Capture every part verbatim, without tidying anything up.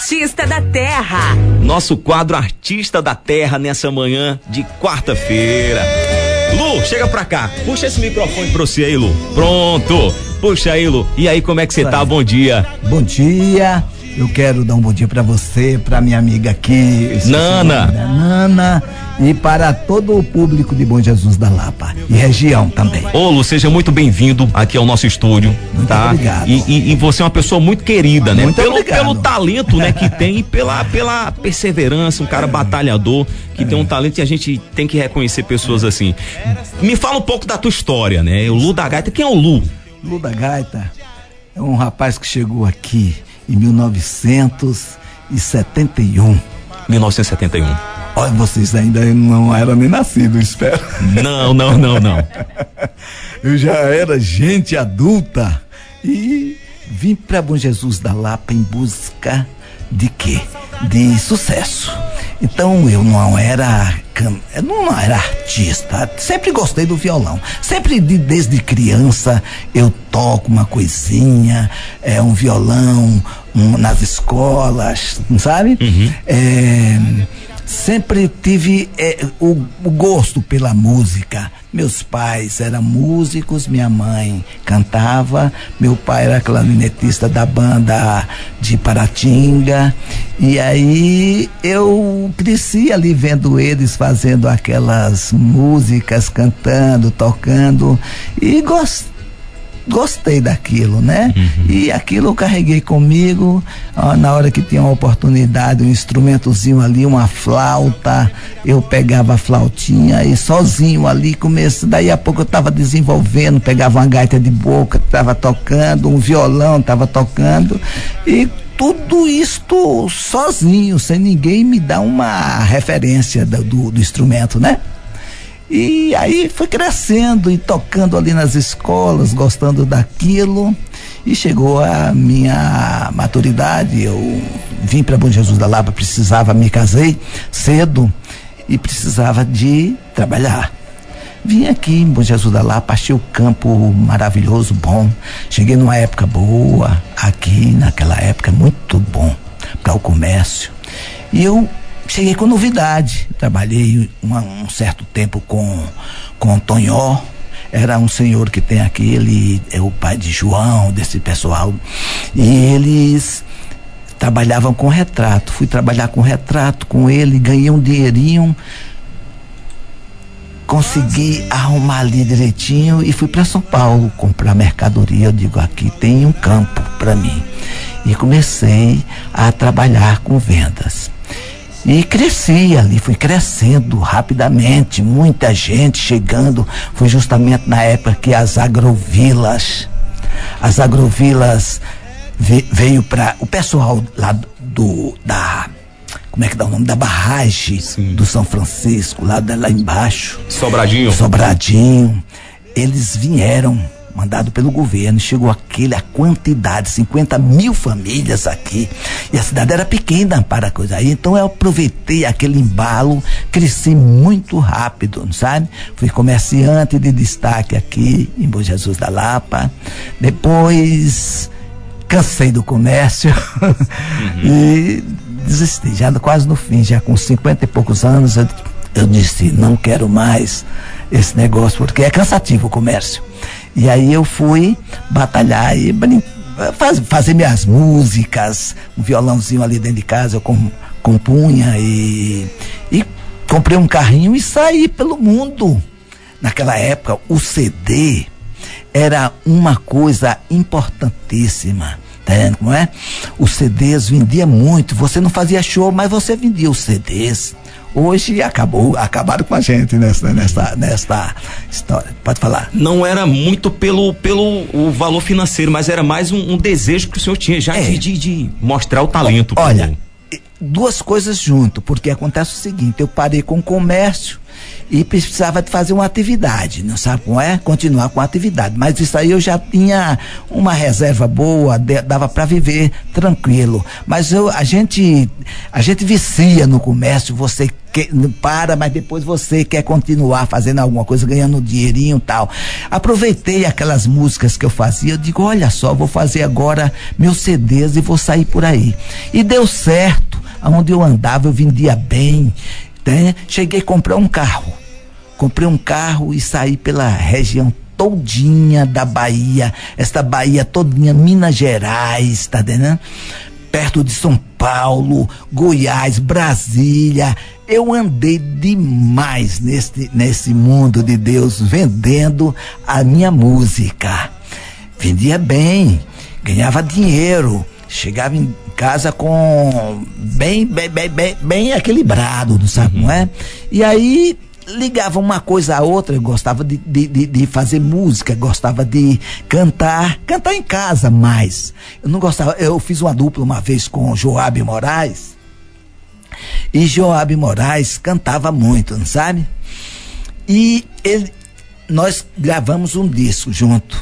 Artista da Terra. Nosso quadro Artista da Terra nessa manhã de quarta-feira. Lu, chega pra cá. Puxa esse microfone pra você aí, Lu. Pronto. Puxa aí, Lu. E aí, como é que você tá? Bom dia. Bom dia. Eu quero dar um bom dia pra você, pra minha amiga aqui, Nana. Nana, e para todo o público de Bom Jesus da Lapa e região também. Ô, Lu, seja muito bem-vindo aqui ao nosso estúdio. Muito tá? obrigado. E, e, e você é uma pessoa muito querida, né? Muito pelo, obrigado. pelo talento, né, que tem e pela, pela perseverança, um cara batalhador, que é. tem um talento, e a gente tem que reconhecer pessoas assim. Me fala um pouco da tua história, né? O Lu da Gaita, quem é o Lu? Lu da Gaita é um rapaz que chegou aqui em mil novecentos e setenta e um. mil novecentos e setenta e um. Olha, vocês ainda não eram nem nascidos, espero. Não, não, não, não. Eu já era gente adulta e vim para Bom Jesus da Lapa em busca de quê? De sucesso. Então eu não era eu não era artista, sempre gostei do violão, sempre de, desde criança eu toco uma coisinha, é um violão um, nas escolas, sabe? Uhum. É, sempre tive é, o, o gosto pela música. Meus pais eram músicos, minha mãe cantava, meu pai era clarinetista da banda de Paratinga, e aí eu cresci ali vendo eles fazendo aquelas músicas, cantando, tocando, e gostei. Gostei daquilo, né? Uhum. E aquilo eu carreguei comigo, ó, na hora que tinha uma oportunidade, um instrumentozinho ali, uma flauta, eu pegava a flautinha e sozinho ali comecei, daí a pouco eu tava desenvolvendo, pegava uma gaita de boca, tava tocando, um violão, tava tocando, e tudo isto sozinho, sem ninguém me dar uma referência do, do, do instrumento, né? E aí foi crescendo e tocando ali nas escolas, gostando daquilo, e chegou a minha maturidade. Eu vim para Bom Jesus da Lapa, precisava, me casei cedo e precisava de trabalhar. Vim aqui em Bom Jesus da Lapa, achei o campo maravilhoso, bom. Cheguei numa época boa, aqui naquela época muito bom para o comércio. E eu cheguei com novidade, trabalhei uma, um certo tempo com, com o Tonhó, era um senhor que tem aqui, ele é o pai de João, desse pessoal, e eles trabalhavam com retrato, fui trabalhar com retrato com ele, ganhei um dinheirinho, consegui arrumar ali direitinho e fui para São Paulo comprar mercadoria. Eu digo, aqui tem um campo para mim, e comecei a trabalhar com vendas. E cresci ali, fui crescendo rapidamente, muita gente chegando. Foi justamente na época que as agrovilas, as agrovilas veio para o pessoal lá do, da, como é que dá o nome? Da barragem. Sim. Do São Francisco, lá, lá embaixo. Sobradinho. Sobradinho. Eles vieram, mandado pelo governo, chegou aquele, a quantidade, cinquenta mil famílias aqui, e a cidade era pequena para a coisa aí, então eu aproveitei aquele embalo, cresci muito rápido, sabe? Fui comerciante de destaque aqui em Bom Jesus da Lapa, depois cansei do comércio uhum. e desisti, já quase no fim, já com cinquenta e poucos anos, eu, eu disse, não quero mais esse negócio, porque é cansativo o comércio. E aí eu fui batalhar e brin- faz, fazer minhas músicas, um violãozinho ali dentro de casa, eu com, compunha e, e comprei um carrinho e saí pelo mundo. Naquela época o C D era uma coisa importantíssima, tá vendo como é? Os C Ds vendia muito, você não fazia show, mas você vendia os C Ds. Hoje acabou, acabaram com a gente nessa, nessa, nessa história. Pode falar. Não era muito pelo, pelo o valor financeiro, mas era mais um, um desejo que o senhor tinha já é. de, de, de mostrar o talento. Olha, duas coisas junto, porque acontece o seguinte, eu parei com o comércio e precisava de fazer uma atividade, não sabe como é? Continuar com a atividade, mas isso aí eu já tinha uma reserva boa, de, dava para viver tranquilo, mas eu, a gente a gente vicia no comércio, você que, para, mas depois você quer continuar fazendo alguma coisa, ganhando um dinheirinho e tal. Aproveitei aquelas músicas que eu fazia, eu digo, olha só, vou fazer agora meus C Ds e vou sair por aí, e deu certo, aonde eu andava eu vendia bem, né? Cheguei a comprar um carro, comprei um carro e saí pela região todinha da Bahia, esta Bahia todinha, Minas Gerais, tá entendendo? Perto de São Paulo, Goiás, Brasília. Eu andei demais nesse, nesse mundo de Deus, vendendo a minha música. Vendia bem, ganhava dinheiro, chegava em casa com bem, bem, bem, bem, bem equilibrado, não sabe, uhum. não é? E aí ligava uma coisa a outra, eu gostava de, de, de, de fazer música, gostava de cantar, cantar em casa mais. Eu não gostava, eu fiz uma dupla uma vez com Joab Moraes, e Joab Moraes cantava muito, não sabe? E ele, nós gravamos um disco junto.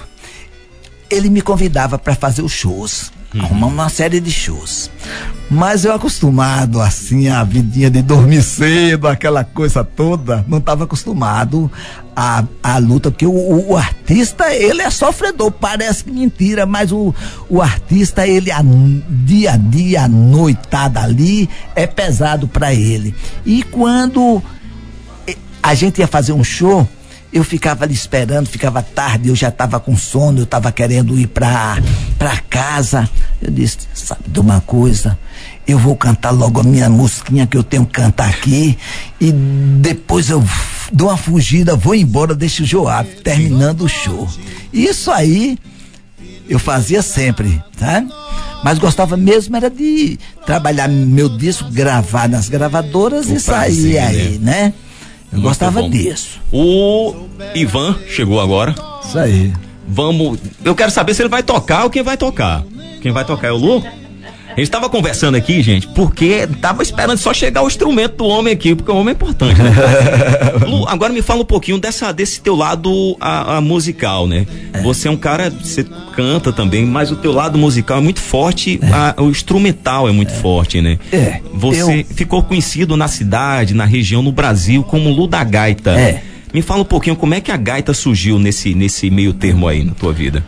Ele me convidava para fazer os shows. Uhum. Arrumamos uma série de shows, mas eu acostumado assim a vidinha de dormir cedo, aquela coisa toda, não estava acostumado a, a luta, porque o, o, o artista ele é sofredor, parece que mentira, mas o, o artista ele a, dia a dia, a noitada ali é pesado para ele. E quando a gente ia fazer um show, eu ficava ali esperando, ficava tarde, eu já estava com sono, eu estava querendo ir para para casa. Eu disse, sabe de uma coisa, eu vou cantar logo a minha musiquinha que eu tenho que cantar aqui e depois eu dou uma fugida, vou embora, deixo o Joab terminando o show. Isso aí eu fazia sempre, tá? Mas gostava mesmo era de trabalhar meu disco, gravar nas gravadoras o e sair aí, né? né? Eu Muito gostava bom. disso. O Ivan chegou agora. Isso aí. Vamos. Eu quero saber se ele vai tocar ou quem vai tocar. Quem vai tocar é o Lu? A gente tava conversando aqui, gente, porque tava esperando só chegar o instrumento do homem aqui, porque o homem é importante, né? Lu, agora me fala um pouquinho dessa, desse teu lado a, a musical, né? É. Você é um cara, você canta também, mas o teu lado musical é muito forte, é. a, o instrumental é muito é. forte, né? É. Você Eu... ficou conhecido na cidade, na região, no Brasil, como Lu da Gaita. É. Me fala um pouquinho como é que a gaita surgiu nesse, nesse meio termo aí na tua vida.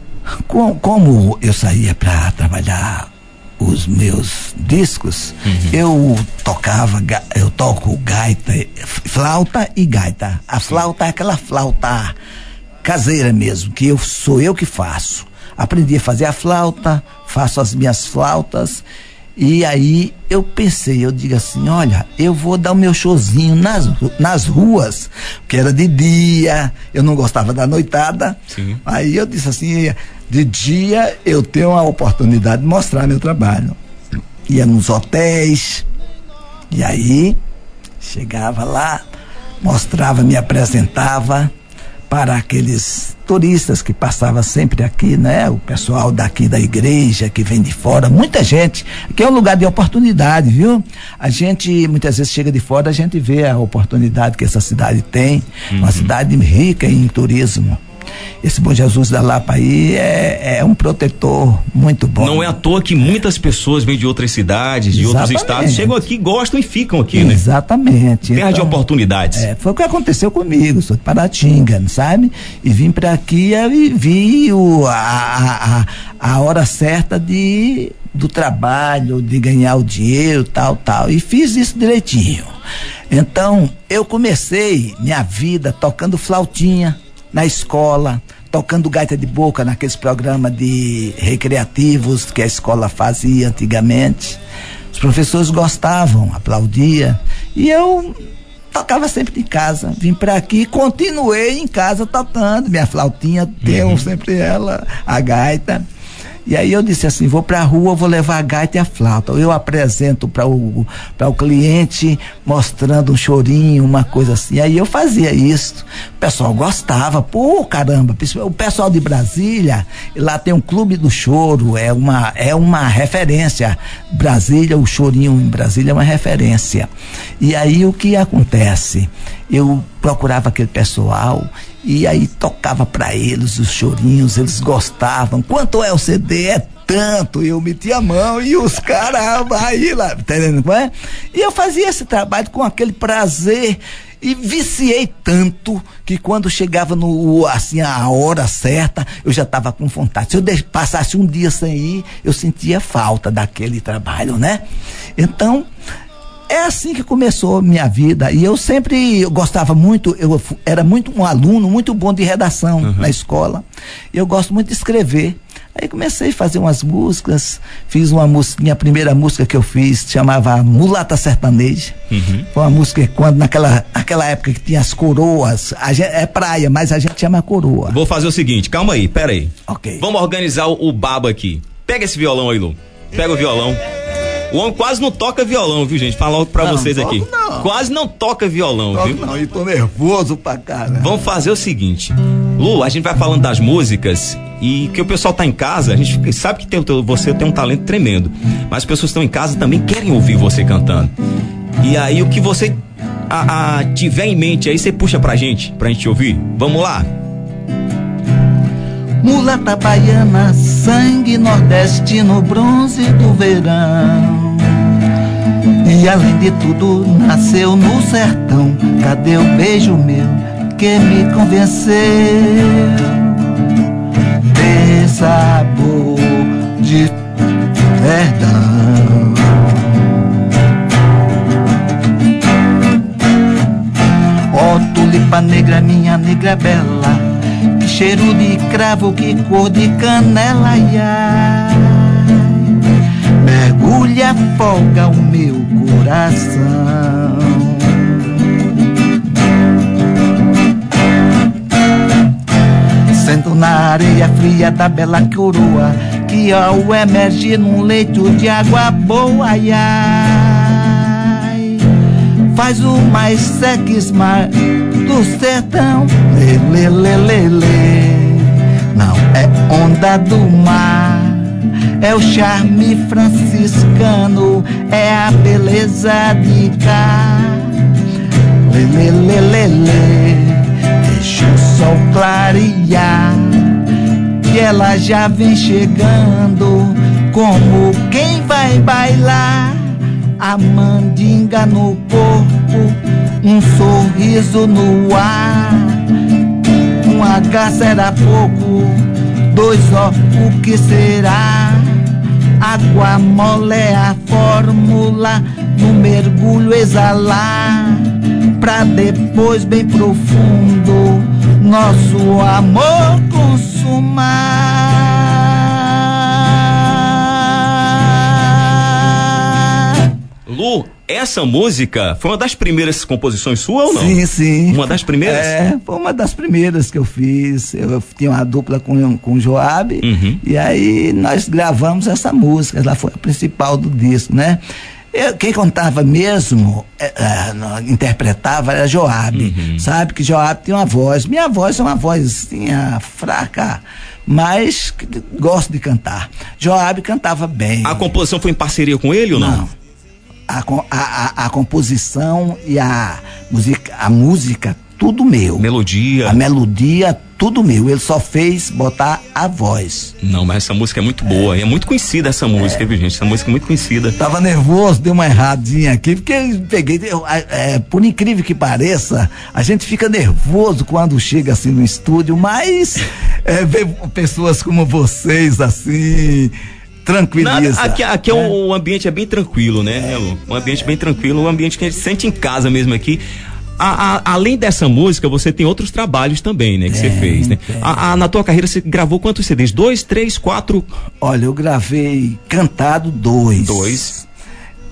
Com, como eu saía pra trabalhar os meus discos, uhum. eu tocava, eu toco gaita, flauta e gaita. A flauta é aquela flauta caseira mesmo, que eu sou eu que faço. Aprendi a fazer a flauta, faço as minhas flautas, e aí eu pensei, eu digo assim, olha, eu vou dar o meu showzinho nas, nas ruas, que era de dia, eu não gostava da noitada. Sim. Aí eu disse assim, de dia eu tenho a oportunidade de mostrar meu trabalho. Ia nos hotéis, e aí chegava lá, mostrava, me apresentava para aqueles turistas que passavam sempre aqui, né? O pessoal daqui da igreja, que vem de fora, muita gente, que é um lugar de oportunidade, viu? A gente, muitas vezes chega de fora, a gente vê a oportunidade que essa cidade tem, uhum. uma cidade rica em turismo. Esse Bom Jesus da Lapa aí é, é um protetor muito bom. Não é à toa que muitas pessoas vêm de outras cidades, de Exatamente. outros estados, chegam aqui, gostam e ficam aqui, né? Exatamente. Terra então, de oportunidades. É, foi o que aconteceu comigo, sou de Paratinga, sabe? E vim pra aqui e vi o, a, a, a hora certa de, do trabalho, de ganhar o dinheiro, tal, tal. E fiz isso direitinho. Então, eu comecei minha vida tocando flautinha na escola, tocando gaita de boca naqueles programas de recreativos que a escola fazia antigamente. Os professores gostavam, aplaudiam, e eu tocava sempre em casa. Vim para aqui, continuei em casa tocando minha flautinha, tenho uhum. sempre ela, a gaita. E aí eu disse assim, vou pra rua, vou levar a gaita e a flauta. Eu apresento para o, para o cliente, mostrando um chorinho, uma coisa assim. Aí eu fazia isso. O pessoal gostava, pô, caramba. O pessoal de Brasília, lá tem um Clube do Choro, é uma, é uma referência. Brasília, o chorinho em Brasília é uma referência. E aí o que acontece? Eu procurava aquele pessoal e aí tocava para eles os chorinhos, eles gostavam. Quanto é o C D? É tanto. Eu metia a mão e os caras aí lá, tá entendendo como é? E eu fazia esse trabalho com aquele prazer e viciei tanto que quando chegava no, assim, a hora certa, eu já estava com vontade. Se eu de, passasse um dia sem ir, eu sentia falta daquele trabalho, né? Então, é assim que começou a minha vida. E eu sempre eu gostava muito, eu era muito um aluno muito bom de redação uhum. na escola. Eu gosto muito de escrever. Aí comecei a fazer umas músicas, fiz uma música, minha primeira música que eu fiz chamava Mulata Sertaneja. Uhum. Foi uma música quando naquela, naquela época que tinha as coroas, a gente, é praia, mas a gente chama coroa. Vou fazer o seguinte, calma aí, pera aí. Ok. Vamos organizar o, o baba aqui. Pega esse violão aí, Lu. Pega o violão. O homem quase não toca violão, viu, gente? Fala logo pra não, vocês aqui. Não. Quase não toca violão, toco viu? Não, e tô nervoso pra caramba. Vamos fazer o seguinte, Lu, a gente vai falando das músicas e que o pessoal tá em casa, a gente sabe que tem, você tem um talento tremendo, mas as pessoas que estão em casa também querem ouvir você cantando. E aí o que você a, a, tiver em mente aí, você puxa pra gente, pra gente ouvir. Vamos lá? Mulata baiana, sangue nordestino, bronze do verão. E além de tudo, nasceu no sertão. Cadê o beijo meu que me convenceu? De sabor de perdão. Ó, oh, tulipa negra, minha negra bela, que cheiro de cravo, que cor de canela, ai, ai. Mergulha, afoga o meu coração. Sento na areia fria da bela coroa, que ao emergir num leito de água boa, ai, ai, faz o mais sexy mar do sertão. Lê, lê, lê, lê, lê. Não é onda do mar, é o charme franciscano, é a beleza de cá. Lê, lê, lê, lê, lê. Deixa o sol clarear, que ela já vem chegando, como quem vai bailar. A mandinga no corpo, um sorriso no ar. Um H será pouco, dois ó, o que será? Água mole é a fórmula, no mergulho exalar, pra depois bem profundo nosso amor consumar. Lu, essa música foi uma das primeiras composições sua ou não? Sim, sim. Uma das primeiras? É, foi uma das primeiras que eu fiz. Eu tinha uma dupla com, com o Joab, uhum. E aí nós gravamos essa música, ela foi a principal do disco, né? Eu, quem contava mesmo, é, é, interpretava era Joab, uhum. Sabe que Joab tem uma voz, minha voz é uma voz assim, fraca, mas gosto de cantar. Joab cantava bem. A composição foi em parceria com ele ou não? Não. A, a, a composição e a música, a música, tudo meu. Melodia. A melodia, tudo meu. Ele só fez botar a voz. Não, mas essa música é muito boa. É, e é muito conhecida essa música, é. Viu, gente? Essa música é muito conhecida. Tava nervoso, deu uma erradinha aqui, porque eu peguei. Eu, é, por incrível que pareça, a gente fica nervoso quando chega assim no estúdio, mas é, ver pessoas como vocês assim. Tranquiliza. Nada, aqui aqui é. É um, o ambiente é bem tranquilo, né, é. Lu? Um ambiente bem tranquilo, um ambiente que a gente sente em casa mesmo aqui. A, a, além dessa música, você tem outros trabalhos também, né, que você fez, né? A, a, na tua carreira você gravou quantos C Ds? Dois, três, quatro? Olha, eu gravei cantado dois. Dois.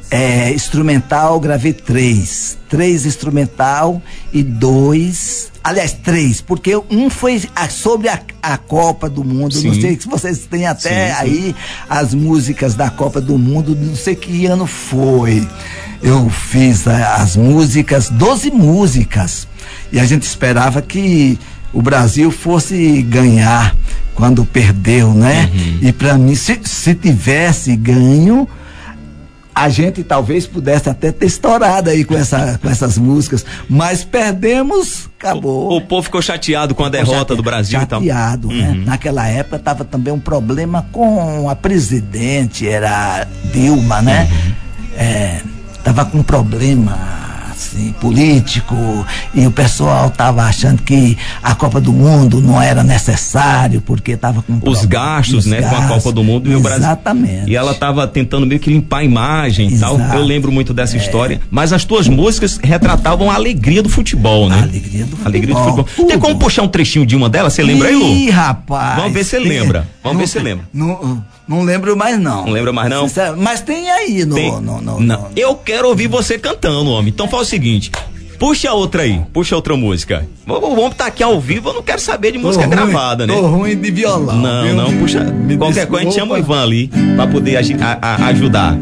É, instrumental, gravei três. Três instrumental e dois. Aliás, três, porque um foi a, sobre a, a Copa do Mundo. Sim. Não sei se vocês têm até sim, sim. aí as músicas da Copa do Mundo, não sei que ano foi. Eu fiz a, as músicas, doze músicas. E a gente esperava que o Brasil fosse ganhar quando perdeu, né? Uhum. E para mim, se, se tivesse ganho, a gente talvez pudesse até ter estourado aí com, essa, com essas músicas, mas perdemos, acabou. O, o povo ficou chateado com a derrota chateado, do Brasil. Chateado, então. né? Uhum. Naquela época estava também um problema com a presidente, era Dilma, né? Uhum. É, tava com um problema assim, político, e o pessoal tava achando que a Copa do Mundo não era necessário, porque tava com os gastos, os né, gastos, com a Copa do Mundo e o Brasil. Exatamente. E ela tava tentando meio que limpar a imagem e tal. Eu lembro muito dessa é. história, mas as tuas músicas retratavam a alegria do futebol, né? A alegria do futebol. Alegria do futebol. Tudo. Tem como puxar um trechinho de uma delas? Você lembra aí, Lu? Ih, rapaz. Vamos ver se você lembra. Vamos não, ver se você lembra. Não, não lembro mais não. Não lembra mais não? Mas tem aí no, tem. no, no, não. no, no... Eu quero ouvir você cantando, homem. Então faz o seguinte, puxa outra aí, puxa outra música. Vamos estar aqui ao vivo, eu não quero saber de música ruim, gravada, né? Tô ruim de violão. Não, viu? não, puxa. Me qualquer coisa a gente chama o Ivan ali pra poder agi- a, a, ajudar.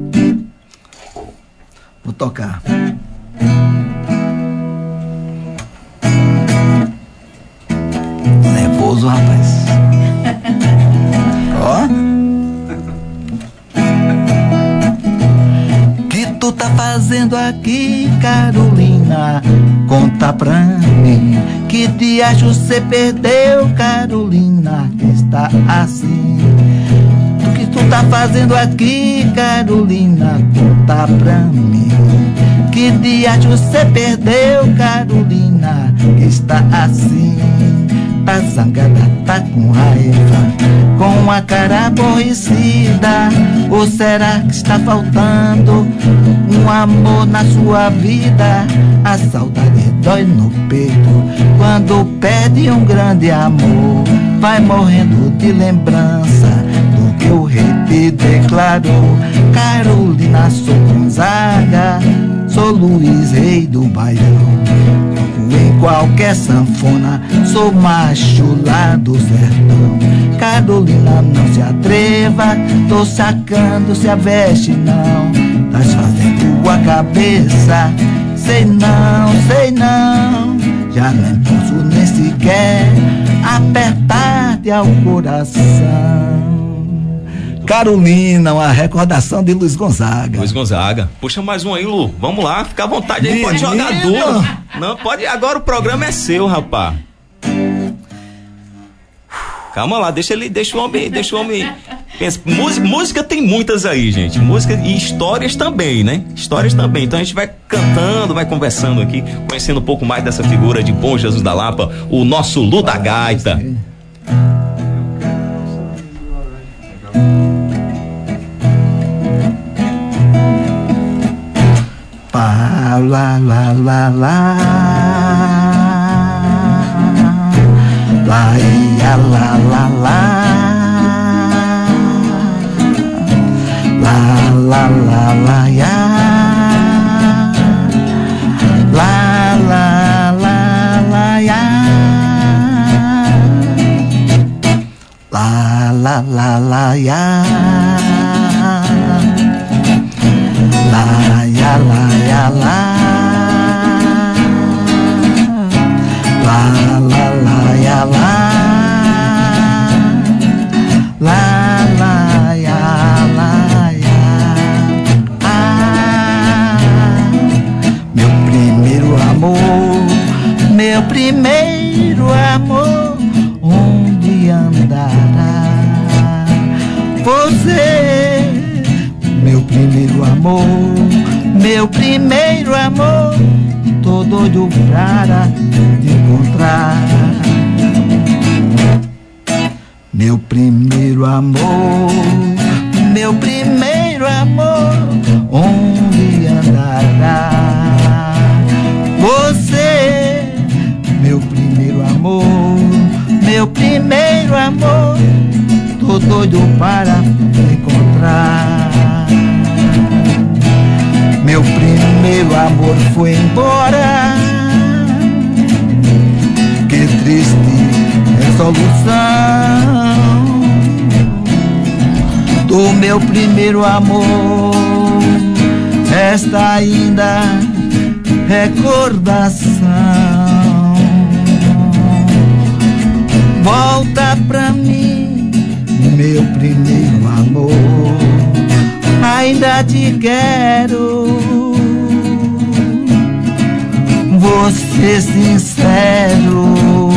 Vou tocar. Nervoso, rapaz. Ó. Que tu tá fazendo aqui, Carolina? Conta pra mim. Que diacho você perdeu, Carolina? Que está assim. O que tu tá fazendo aqui, Carolina? Conta pra mim. Que diacho você perdeu, Carolina? Que está assim. Tá zangada, tá com raiva, com a cara aborrecida. Ou será que está faltando um amor na sua vida? A saudade dói no peito quando perde um grande amor. Vai morrendo de lembrança do que o rei te declarou. Carolina, sou Gonzaga, sou Luiz, rei do Baião. Em qualquer sanfona, sou macho lá do sertão. Carolina, não se atreva, tô sacando se a veste não. Tá fazendo a cabeça, sei não, sei não. Já nem posso nem sequer apertar-te ao coração. Carolina, uma recordação de Luiz Gonzaga. Luiz Gonzaga. Puxa mais um aí, Lu. Vamos lá, fica à vontade aí, pode jogar duro. Não, pode, agora o programa é seu, rapaz. Calma lá, deixa ele, deixa o homem, deixa o homem. Pensa, música, música tem muitas aí, gente. Música e histórias também, né? Histórias também. Então a gente vai cantando, vai conversando aqui, conhecendo um pouco mais dessa figura de Bom Jesus da Lapa, o nosso Lu da Gaita. Pa, lá, lá, lá, lá, lá, ia, lá, lá, lá, lá, lá, lá, lá, ia, lá, lá, lá, lá, ia, lá, lá, lá, lá, ia. La ya la ya la la la la ya la la la ya la ya. Ah, meu primeiro amor, meu primeiro amor, onde andará você? Meu primeiro amor, meu primeiro amor, tô doido pra te encontrar. Meu primeiro amor, meu primeiro amor, onde andará você? Meu primeiro amor, meu primeiro amor, tô doido para te encontrar. primeiro amor foi embora. Que triste resolução do meu primeiro amor. Esta ainda recordação. Volta pra mim, meu primeiro amor. Ainda te quero. Vou ser sincero,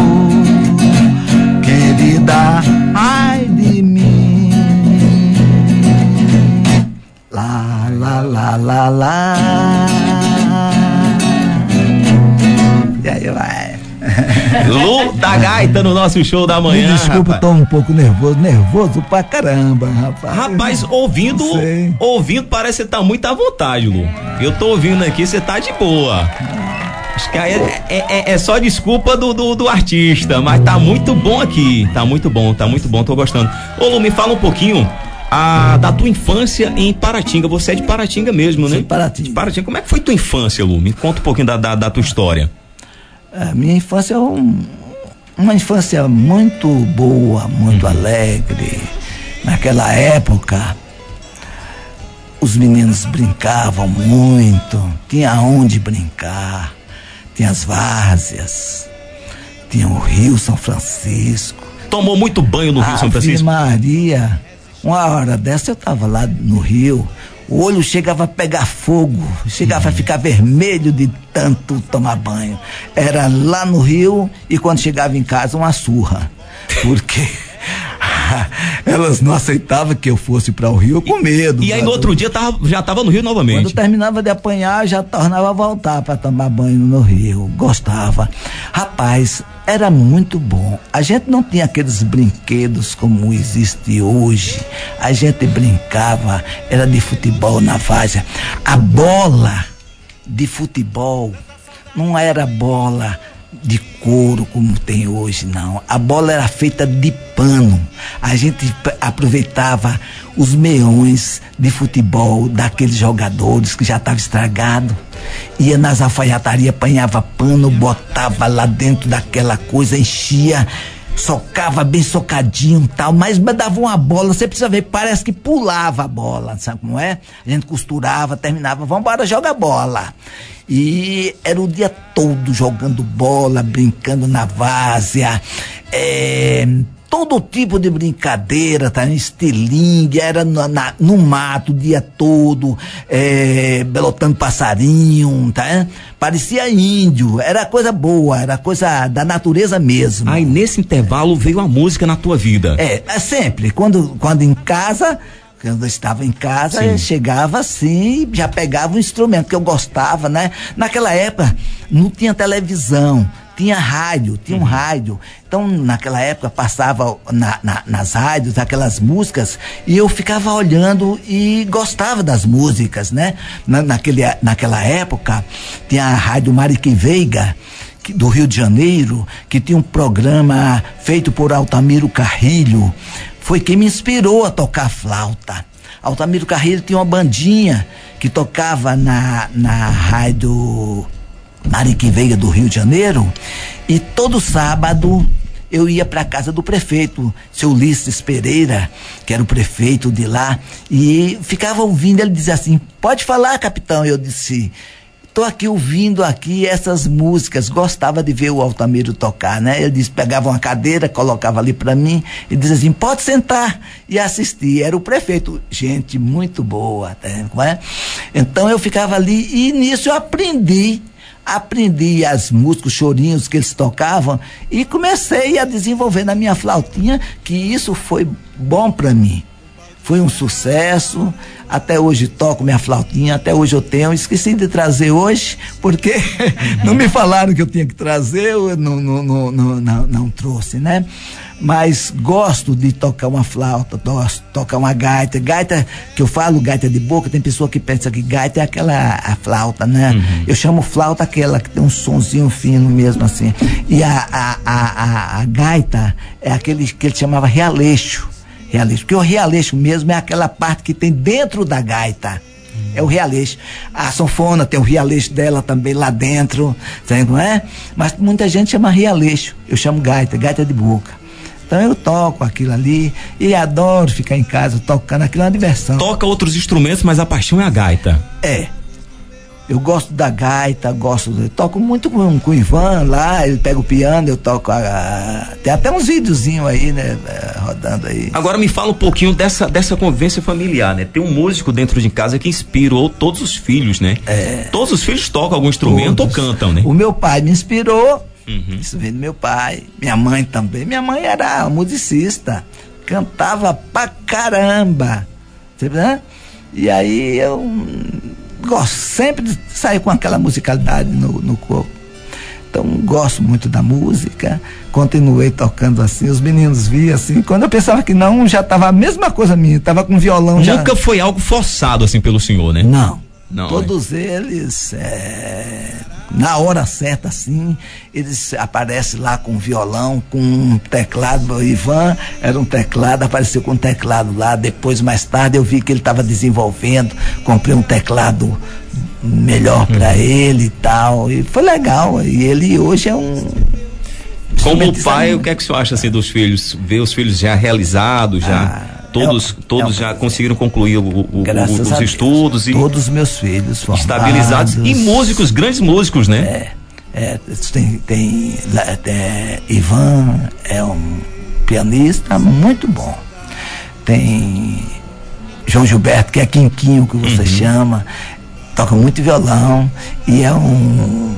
querida, ai de mim. Lá, lá, lá, lá, lá. E aí vai. Lu da Gaita no nosso show da manhã. Me desculpa, tô um pouco nervoso, nervoso pra caramba, rapaz. Rapaz, ouvindo, ouvindo parece que você tá muito à vontade, Lu. Eu tô ouvindo aqui, você tá de boa. Acho que aí é, é, é só desculpa do, do, do artista, mas tá muito bom aqui, tá muito bom, tá muito bom, tô gostando. Ô Lu, me fala um pouquinho a, da tua infância em Paratinga. Você é de Paratinga mesmo, né? Sim, Paratinga. De Paratinga. Como é que foi tua infância, Lu? Me conta um pouquinho da, da, da tua história. A minha infância é um, uma infância muito boa, muito hum. alegre. Naquela época, os meninos brincavam muito, tinha onde brincar, tinha as várzeas, tinha o Rio São Francisco. Tomou muito banho no Rio São Francisco? Maria, uma hora dessa eu tava lá no Rio, o olho chegava a pegar fogo, chegava hum. a ficar vermelho de tanto tomar banho. Era lá no Rio e quando chegava em casa uma surra, porque elas não aceitavam que eu fosse para o Rio com medo. E, e aí no outro dia tava, já estava no Rio novamente? Quando terminava de apanhar, já tornava a voltar para tomar banho no Rio. Gostava. Rapaz, era muito bom. A gente não tinha aqueles brinquedos como existe hoje. A gente brincava, era de futebol na várzea. A bola de futebol não era bola de couro como tem hoje, não. A bola era feita de pano. A gente aproveitava os meões de futebol daqueles jogadores que já estavam estragados, ia nas alfaiatarias, apanhava pano, botava lá dentro daquela coisa, enchia, socava bem socadinho e tal, mas dava uma bola, você precisa ver, parece que pulava a bola, sabe como é? A gente costurava, terminava, vamos embora jogar bola. E era o dia todo jogando bola, brincando na várzea, é, todo tipo de brincadeira, tá? Estilingue, era no, na, no mato o dia todo, é, belotando passarinho, tá? Parecia índio, era coisa boa, era coisa da natureza mesmo. Aí nesse intervalo veio a música na tua vida? É, é sempre, quando, quando em casa... Quando eu estava em casa, eu chegava assim, já pegava um instrumento que eu gostava, né? Naquela época, não tinha televisão, tinha rádio, tinha um uhum. rádio. Então, naquela época, passava na, na, nas rádios aquelas músicas e eu ficava olhando e gostava das músicas, né? Na, naquele, naquela época, tinha a rádio Mariquim Veiga, do Rio de Janeiro, que tinha um programa feito por Altamiro Carrilho. Foi quem me inspirou a tocar flauta. Altamiro Carrilho tinha uma bandinha que tocava na, na rádio Mariquim Veiga do Rio de Janeiro, e todo sábado eu ia para a casa do prefeito, seu Ulisses Pereira, que era o prefeito de lá, e ficava ouvindo. Ele dizia assim: pode falar, capitão. Eu disse: tô aqui ouvindo aqui essas músicas. Gostava de ver o Altamiro tocar, né? Ele disse, pegava uma cadeira, colocava ali para mim e dizia assim: pode sentar e assistir. Era o prefeito, gente muito boa, né? Não é? Então eu ficava ali e nisso eu aprendi aprendi as músicas, os chorinhos que eles tocavam, e comecei a desenvolver na minha flautinha, que isso foi bom para mim. Foi um sucesso, até hoje toco minha flautinha, até hoje eu tenho, esqueci de trazer hoje, porque não me falaram que eu tinha que trazer, eu não, não, não, não, não, não trouxe, né? Mas gosto de tocar uma flauta, gosto de tocar uma gaita, gaita que eu falo, gaita de boca, tem pessoa que pensa que gaita é aquela, a flauta, né? Uhum. Eu chamo flauta aquela que tem um sonzinho fino mesmo assim, e a, a, a, a, a gaita é aquele que ele chamava realeixo. Realeixo, porque o realeixo mesmo é aquela parte que tem dentro da gaita. Hum. é o realeixo. A sanfona tem o realeixo dela também lá dentro, sabe como é? Mas muita gente chama realeixo, eu chamo gaita, gaita de boca. Então eu toco aquilo ali e adoro ficar em casa tocando, aquilo é uma diversão. Toca outros instrumentos, mas a paixão é a gaita. É. Eu gosto da gaita, gosto, eu toco muito com, com o Ivan lá, ele pega o piano, eu toco a, a, tem até uns videozinhos aí, né, rodando aí. Agora me fala um pouquinho dessa, dessa convivência familiar, né? Tem um músico dentro de casa que inspirou todos os filhos, né? É. Todos os filhos tocam algum instrumento todos. Ou cantam, né? O meu pai me inspirou, uhum. Isso vem do meu pai, minha mãe também, minha mãe era musicista, cantava pra caramba, sabe, né? E aí eu gosto sempre de sair com aquela musicalidade no, no corpo. Então gosto muito da música, continuei tocando assim, os meninos viam assim, quando eu pensava que não, já estava a mesma coisa minha, estava com violão. Nunca já... foi algo forçado assim pelo senhor, né? Não, não todos é. eles é, na hora certa assim, eles aparecem lá com violão, com um teclado. O Ivan era um teclado, apareceu com um teclado lá, depois mais tarde eu vi que ele estava desenvolvendo, comprei um teclado melhor para uhum. ele e tal, e foi legal, e ele hoje é um... Como pai, o que é que o senhor acha assim dos filhos, ver os filhos já realizados, já... Ah, Todos, é, todos é, já conseguiram concluir o, o, o, os estudos e todos os meus filhos formados, estabilizados e músicos, grandes músicos, né? É, é tem, tem é, Ivan é um pianista muito bom. Tem João Gilberto, que é Quinquinho, que você uhum. chama, toca muito violão e é um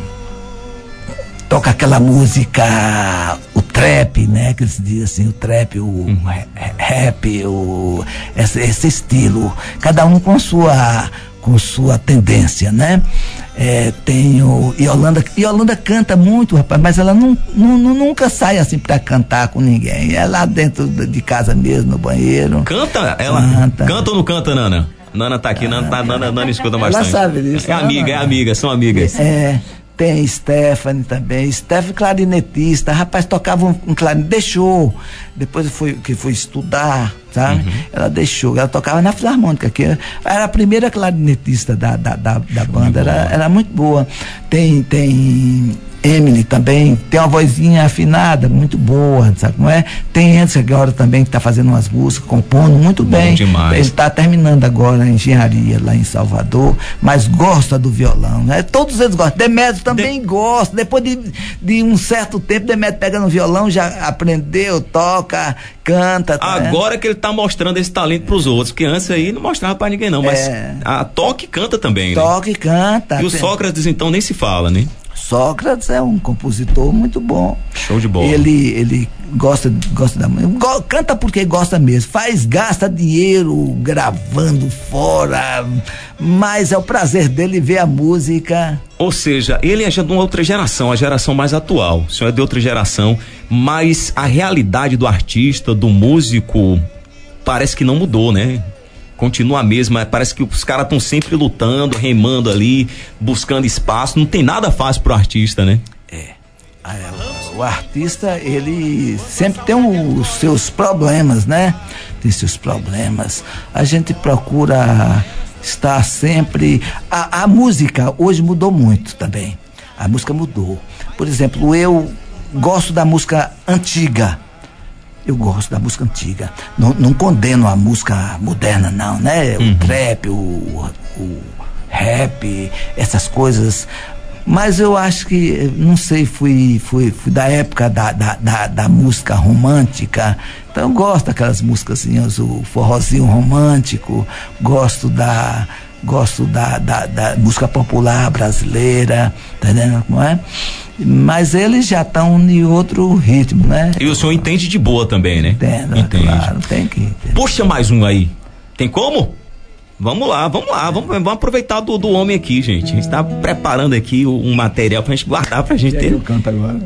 toca aquela música, o trap, né, que eles dizem assim, o trap, o uhum. rap, o, esse, esse estilo, cada um com sua, com sua tendência, né? É, tem o Yolanda, Yolanda canta muito, rapaz, mas ela não, não, nunca sai assim pra cantar com ninguém, é lá dentro de casa mesmo, no banheiro. Canta? Ela canta, canta ou não canta, Nana? Nana tá aqui, Nana, tá, Nana, Nana escuta bastante. Ela sabe disso. É amiga, é amiga, são amigas. É. Tem Stephanie também, Stephanie clarinetista, rapaz, tocava um, um clarinete, deixou, depois foi, que foi estudar, sabe? Uhum. Ela deixou, ela tocava na Filarmônica, que era a primeira clarinetista da, da, da, da banda, era, era muito boa. Tem, tem Emily também, tem uma vozinha afinada, muito boa, sabe como é? Tem Anderson agora também, que está fazendo umas músicas, compondo muito bom bem. Demais. Ele está terminando agora a engenharia lá em Salvador, mas gosta do violão, né? Todos eles gostam. Demetrio também de... gosta. Depois de, de um certo tempo, Demetrio pega no violão, já aprendeu, toca, canta. Tá, agora né? que ele está mostrando esse talento para os outros, que antes aí não mostrava para ninguém não, mas é... a toca e canta também, toca, né? E canta. E o tem... Sócrates então nem se fala, né? Sócrates é um compositor muito bom. Show de bola. Ele, ele gosta, gosta da música, canta porque gosta mesmo, faz, gasta dinheiro gravando fora, mas é o prazer dele ver a música. Ou seja, ele é de uma outra geração, a geração mais atual. O senhor é de outra geração, mas a realidade do artista, do músico, parece que não mudou, né? Continua a mesma, parece que os caras estão sempre lutando, remando ali, buscando espaço, não tem nada fácil pro artista, né? É, o artista, ele sempre tem os seus problemas, né? Tem seus problemas, a gente procura estar sempre, a, a música hoje mudou muito também, a música mudou, por exemplo, eu gosto da música antiga. Eu gosto da música antiga. Não, não condeno a música moderna, não, né? O uhum. trap, o, o rap, essas coisas. Mas eu acho que, não sei, fui, fui, fui da época da, da, da, da música romântica. Então eu gosto daquelas músicas assim, o forrozinho romântico, gosto da. Gosto da, da, da música popular brasileira, tá entendendo como é? Mas eles já estão em outro ritmo, né? E o senhor entende de boa também, né? Entendo, entende. Claro, tem que entender. Puxa mais um aí. Tem como? Vamos lá, vamos lá, vamos, vamos aproveitar do, do homem aqui, gente. A gente tá preparando aqui um material pra gente guardar, pra gente ter. Eu canto agora.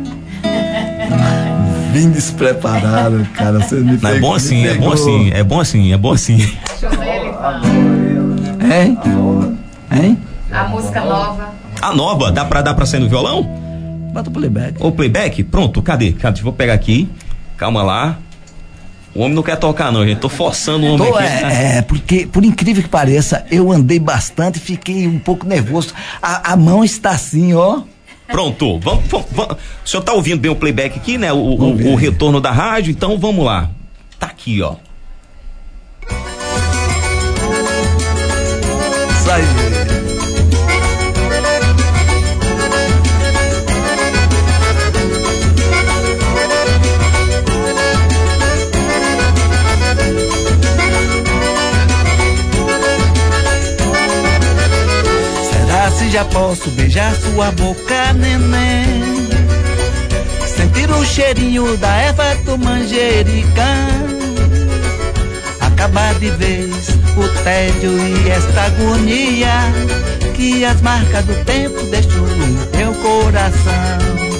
Vim despreparado, cara. Você me Não, é bom assim, é bom assim, é bom assim, é bom assim. Deixa eu ver ele falar. Hein? Hein? A música nova. A nova, dá pra, dá pra ser no violão? Bota o playback. O playback? Pronto, cadê? Cadê? Vou pegar aqui. Calma lá. O homem não quer tocar não, gente. Tô forçando o homem Tô, aqui. é, é, porque, por incrível que pareça, eu andei bastante e fiquei um pouco nervoso. A, a mão está assim, ó. Pronto, vamos, vamos, vamos. O senhor tá ouvindo bem o playback aqui, né? O, o, o retorno da rádio, então vamos lá. Tá aqui, ó. Sai. Será se já posso beijar sua boca, neném? Sentir o cheirinho da erva do manjericão, acabar de vez o tédio e esta agonia que as marcas do tempo deixou em teu coração.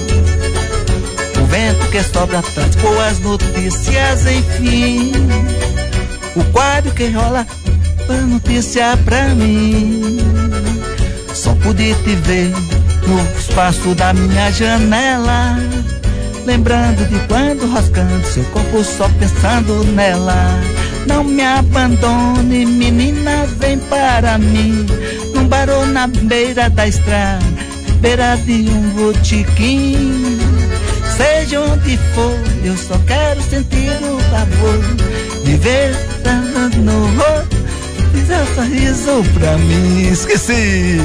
O vento que sopra tantas boas notícias, enfim, o quadro que rola a notícia pra mim. Só pude te ver no espaço da minha janela, lembrando de quando roscando seu corpo só pensando nela. Não me abandone, menina, vem para mim, num bar ou na beira da estrada, beira de um botequim. Seja onde for, eu só quero sentir o favor de ver no rosto, dizer um sorriso pra mim. Esqueci.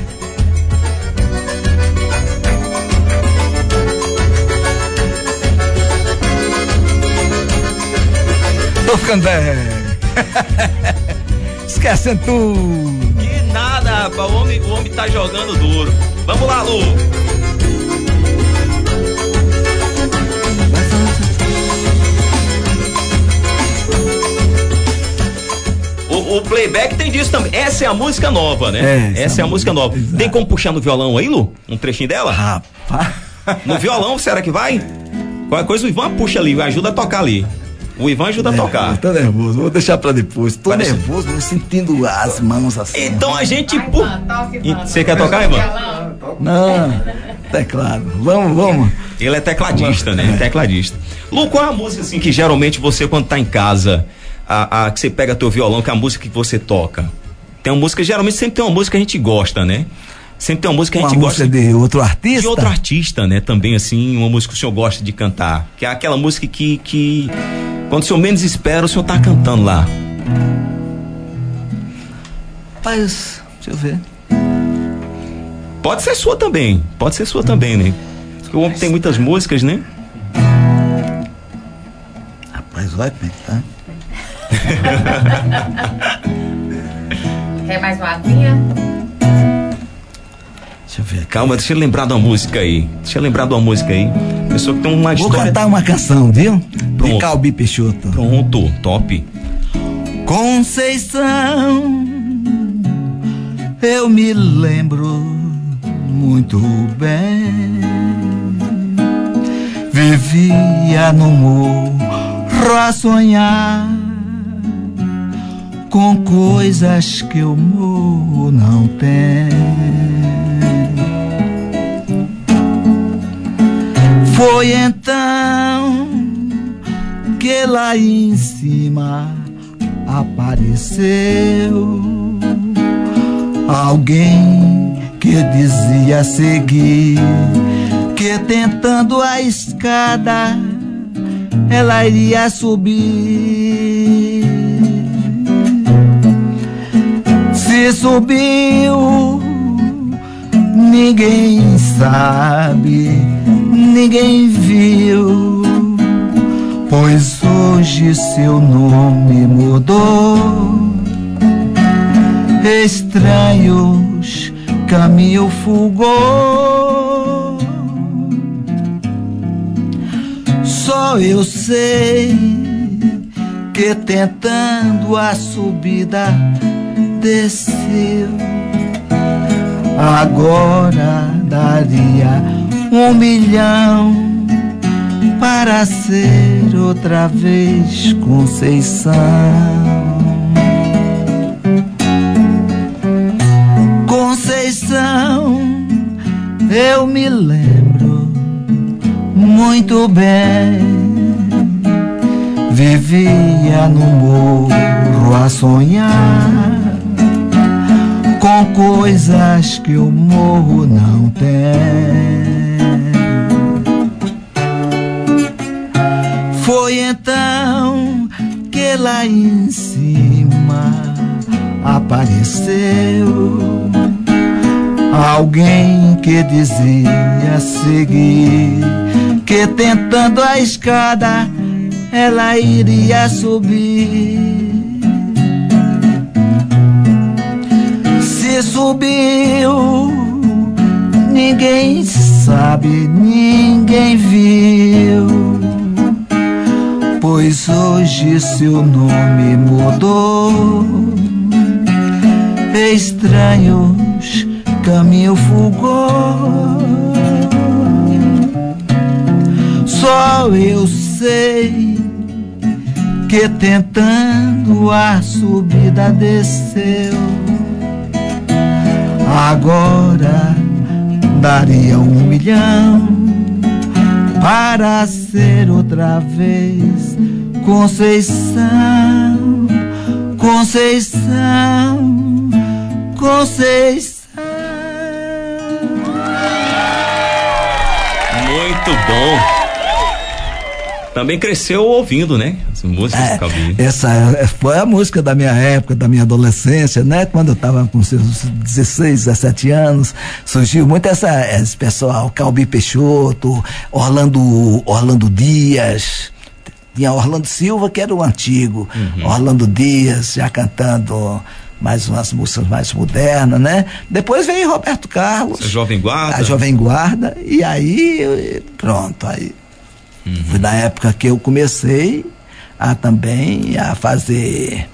Tô ficando velho. Esquecendo tudo. Que nada, rapaz. O homem, o homem tá jogando duro. Vamos lá, Lu. O, o playback tem disso também. Essa é a música nova, né? É, essa, essa é a música nova. Exato. Tem como puxar no violão aí, Lu? Um trechinho dela? Rapaz. No violão, será que vai? Qualquer coisa o Ivan puxa ali, ajuda a tocar ali. O Ivan ajuda é, a tocar. Tô nervoso, vou deixar pra depois. Tô Parece... nervoso, eu sentindo as mãos assim. Então a gente... Vai, Ivan, toca, Ivan. Você quer tocar, Ivan? Não, teclado. Vamos, vamos. Ele é tecladista, né? É. Tecladista. Lu, qual é a música assim que geralmente você, quando tá em casa, a, a, que você pega teu violão, que é a música que você toca? Tem uma música, geralmente sempre tem uma música que a gente gosta, né? Sempre tem uma música que a gente uma gosta. Música de outro artista? De outro artista, né? Também assim, uma música que o senhor gosta de cantar. Que é aquela música que, que quando o senhor menos espera, o senhor tá cantando lá. Rapaz, deixa eu ver. Pode ser sua também, pode ser sua também, né? Porque o homem tem muitas músicas, né? Rapaz, vai pensar. Quer mais uma aguinha? Deixa eu ver. Calma, deixa eu lembrar de uma música aí. Deixa eu lembrar de uma música aí. Pessoa que tem uma Vou história. cantar uma canção, viu? Pronto. De Calbi Peixoto. Pronto, top. Conceição, eu me lembro muito bem. Vivia no morro a sonhar com coisas que o morro não tem. Foi então que lá em cima apareceu alguém que dizia seguir, que tentando a escada ela iria subir. Se subiu, ninguém sabe, ninguém viu, pois hoje seu nome mudou. Estranhos caminho fulgou. Só eu sei que tentando a subida desceu. Agora daria um milhão para ser outra vez Conceição. Conceição, eu me lembro muito bem. vivia no morro a sonhar com coisas que o morro não tem. Foi então que lá em cima apareceu alguém que dizia seguir, que tentando a escada ela iria subir. Se subiu, ninguém sabe, ninguém viu, pois hoje seu nome mudou. Estranhos caminho fulgor, só eu sei que tentando a subida desceu. Agora daria um milhão para ser outra vez Conceição, Conceição, Conceição. Muito bom. Também cresceu ouvindo, né? As músicas É, do Calbi. essa foi a música da minha época, da minha adolescência, né? Quando eu estava com seus dezesseis, dezessete anos, surgiu muito essa, esse pessoal, Calbi Peixoto, Orlando, Orlando Dias. Tinha Orlando Silva, que era o antigo, uhum. Orlando Dias, já cantando mais umas músicas mais modernas, né? Depois veio Roberto Carlos. A Jovem Guarda. A Jovem Guarda, e aí, pronto, aí uhum. foi na época que eu comecei a também a fazer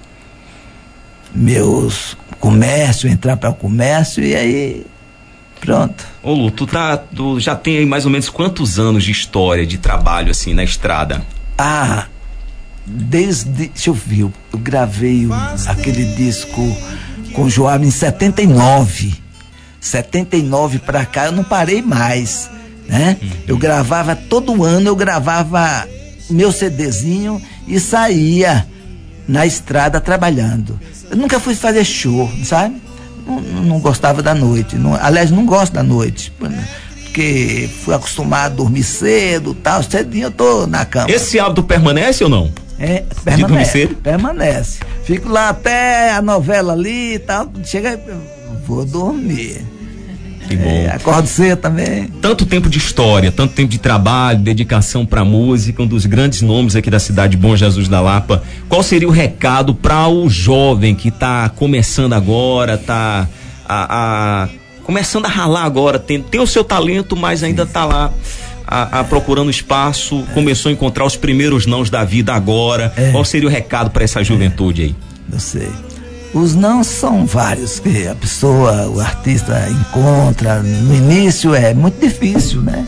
meus comércio, entrar para o comércio, e aí pronto. Ô Lu, tu, tá, tu já tem aí mais ou menos quantos anos de história, de trabalho assim na estrada? Ah, desde, deixa eu ver, eu, eu gravei o, aquele disco com o Joab em setenta e nove, setenta e nove pra cá eu não parei mais, né? Uhum. Eu gravava todo ano, eu gravava meu CDzinho e saía na estrada trabalhando. Eu nunca fui fazer show, sabe? Não, não gostava da noite, não, aliás, não gosto da noite, porque fui acostumado a dormir cedo, tal, cedinho eu tô na cama. Esse hábito permanece ou não? É, permanece, permanece. Fico lá até a novela ali e tal, chega, vou dormir. Que bom. É, acordo cedo também. Tanto tempo de história, tanto tempo de trabalho, dedicação pra música, um dos grandes nomes aqui da cidade de Bom Jesus da Lapa. Qual seria o recado para o jovem que tá começando agora, tá a, a, começando a ralar agora, tem, tem o seu talento, mas ainda tá lá a, a procurando espaço, é. começou a encontrar os primeiros nãos da vida agora. É. Qual seria o recado para essa juventude aí? Eu sei. Os não são vários que a pessoa, o artista encontra. No início é muito difícil, né?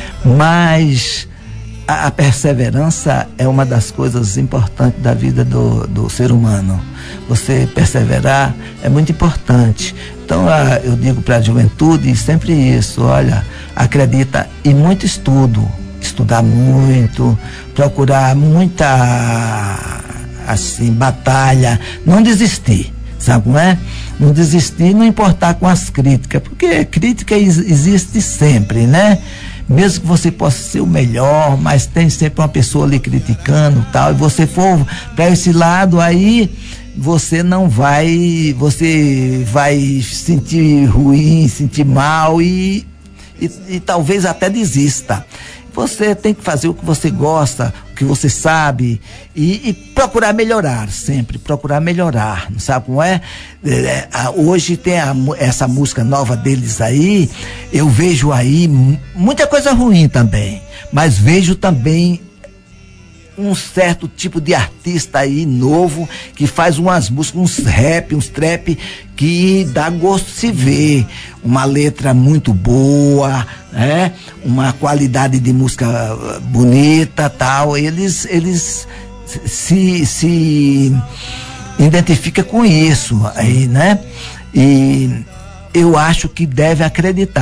Mas a, a perseverança é uma das coisas importantes da vida do, do ser humano. Você perseverar é muito importante. Então a, eu digo para a juventude sempre isso, olha, acredita em muito estudo, estudar muito, procurar muita assim, batalha, não desistir, sabe como é? Não desistir, não importar com as críticas, porque crítica existe sempre, né? Mesmo que você possa ser o melhor, mas tem sempre uma pessoa ali criticando e tal, e você for para esse lado aí, você não vai, você vai sentir ruim, sentir mal e, e, e talvez até desista. Você tem que fazer o que você gosta, o que você sabe e, e procurar melhorar sempre, procurar melhorar, não sabe como é? é a, hoje tem a, essa música nova deles aí, eu vejo aí muita coisa ruim também, mas vejo também um certo tipo de artista aí novo que faz umas músicas, uns rap, uns trap que dá gosto de se ver, uma letra muito boa, né? Uma qualidade de música bonita, tal. Eles eles se se identifica com isso aí, né? E eu acho que deve acreditar,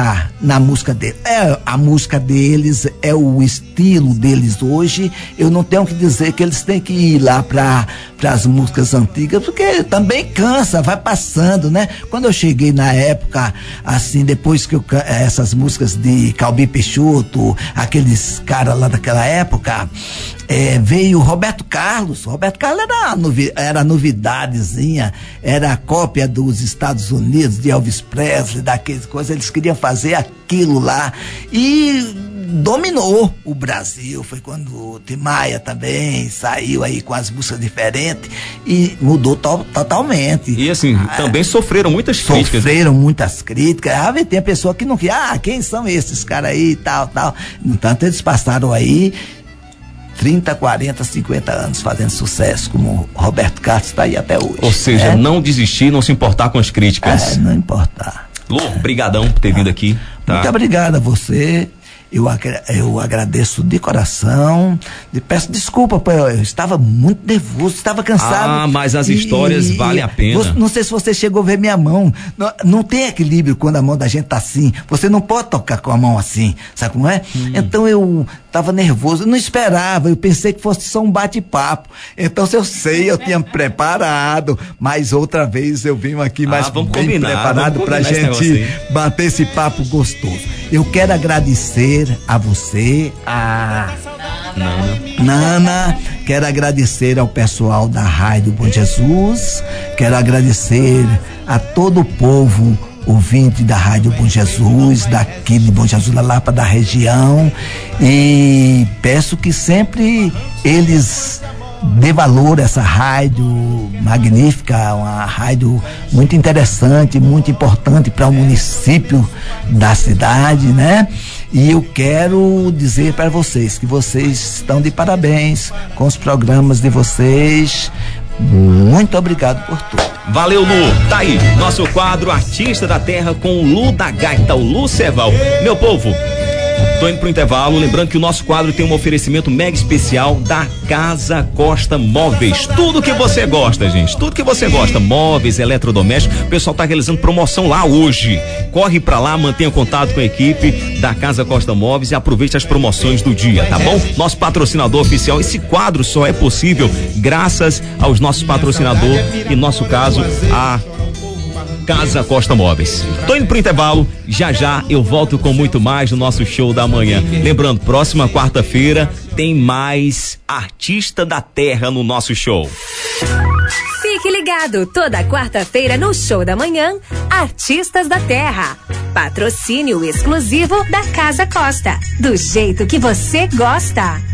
na música dele. É, a música deles é o estilo deles hoje. Eu não tenho que dizer que eles têm que ir lá para as músicas antigas, porque também cansa, vai passando, né? Quando eu cheguei na época, assim, depois que eu, essas músicas de Calbi Peixoto, aqueles caras lá daquela época, é, veio Roberto Carlos. Roberto Carlos era, novi, era novidadezinha, era a cópia dos Estados Unidos, de Elvis Presley, daquelas coisas. Eles queriam fazer aquilo lá e dominou o Brasil. Foi quando o Tim Maia também saiu aí com as músicas diferentes e mudou to- totalmente. E assim, ah, também sofreram muitas sofreram críticas. Sofreram muitas críticas. Ah, tem a pessoa que não quer, ah, quem são esses caras aí e tal, tal. No entanto, eles passaram aí trinta, quarenta, cinquenta anos fazendo sucesso, como Roberto Carlos está aí até hoje. Ou seja, é? não desistir, não se importar com as críticas. É, não importar. Lu, brigadão por ter vindo aqui. Tá? Muito obrigado a você. Eu, eu agradeço de coração, de, peço desculpa, eu estava muito nervoso, estava cansado. Ah, mas as histórias e, valem a pena. Você, não sei se você chegou a ver minha mão, não, não tem equilíbrio quando a mão da gente tá assim, você não pode tocar com a mão assim, sabe como é? Hum. Então eu estava nervoso, eu não esperava, eu pensei que fosse só um bate-papo, então se eu sei, eu tinha preparado, mas outra vez eu vim aqui mais ah, vamos bem combinar, preparado vamos pra gente bater esse papo gostoso. Eu quero agradecer a você, a Nana. Nana, quero agradecer ao pessoal da Rádio Bom Jesus, quero agradecer a todo o povo ouvinte da Rádio Bom Jesus, daqui de Bom Jesus da Lapa, da região, e peço que sempre eles dê valor a essa rádio magnífica, uma rádio muito interessante, muito importante para o município da cidade, né? E eu quero dizer para vocês que vocês estão de parabéns com os programas de vocês. Muito obrigado por tudo. Valeu, Lu. Tá aí, nosso quadro Artista da Terra com o Lu da Gaita, o Lu Ceval. Meu povo, tô indo pro intervalo, lembrando que o nosso quadro tem um oferecimento mega especial da Casa Costa Móveis. Tudo que você gosta, gente, tudo que você gosta, móveis, eletrodomésticos, o pessoal tá realizando promoção lá hoje. Corre pra lá, mantenha contato com a equipe da Casa Costa Móveis e aproveite as promoções do dia, tá bom? Nosso patrocinador oficial, esse quadro só é possível graças aos nossos patrocinadores, em nosso caso, a Casa Costa Móveis. Tô indo pro intervalo, já já eu volto com muito mais no nosso show da manhã. Lembrando, próxima quarta-feira tem mais Artista da Terra no nosso show. Fique ligado, toda quarta-feira no show da manhã, Artistas da Terra. Patrocínio exclusivo da Casa Costa, do jeito que você gosta.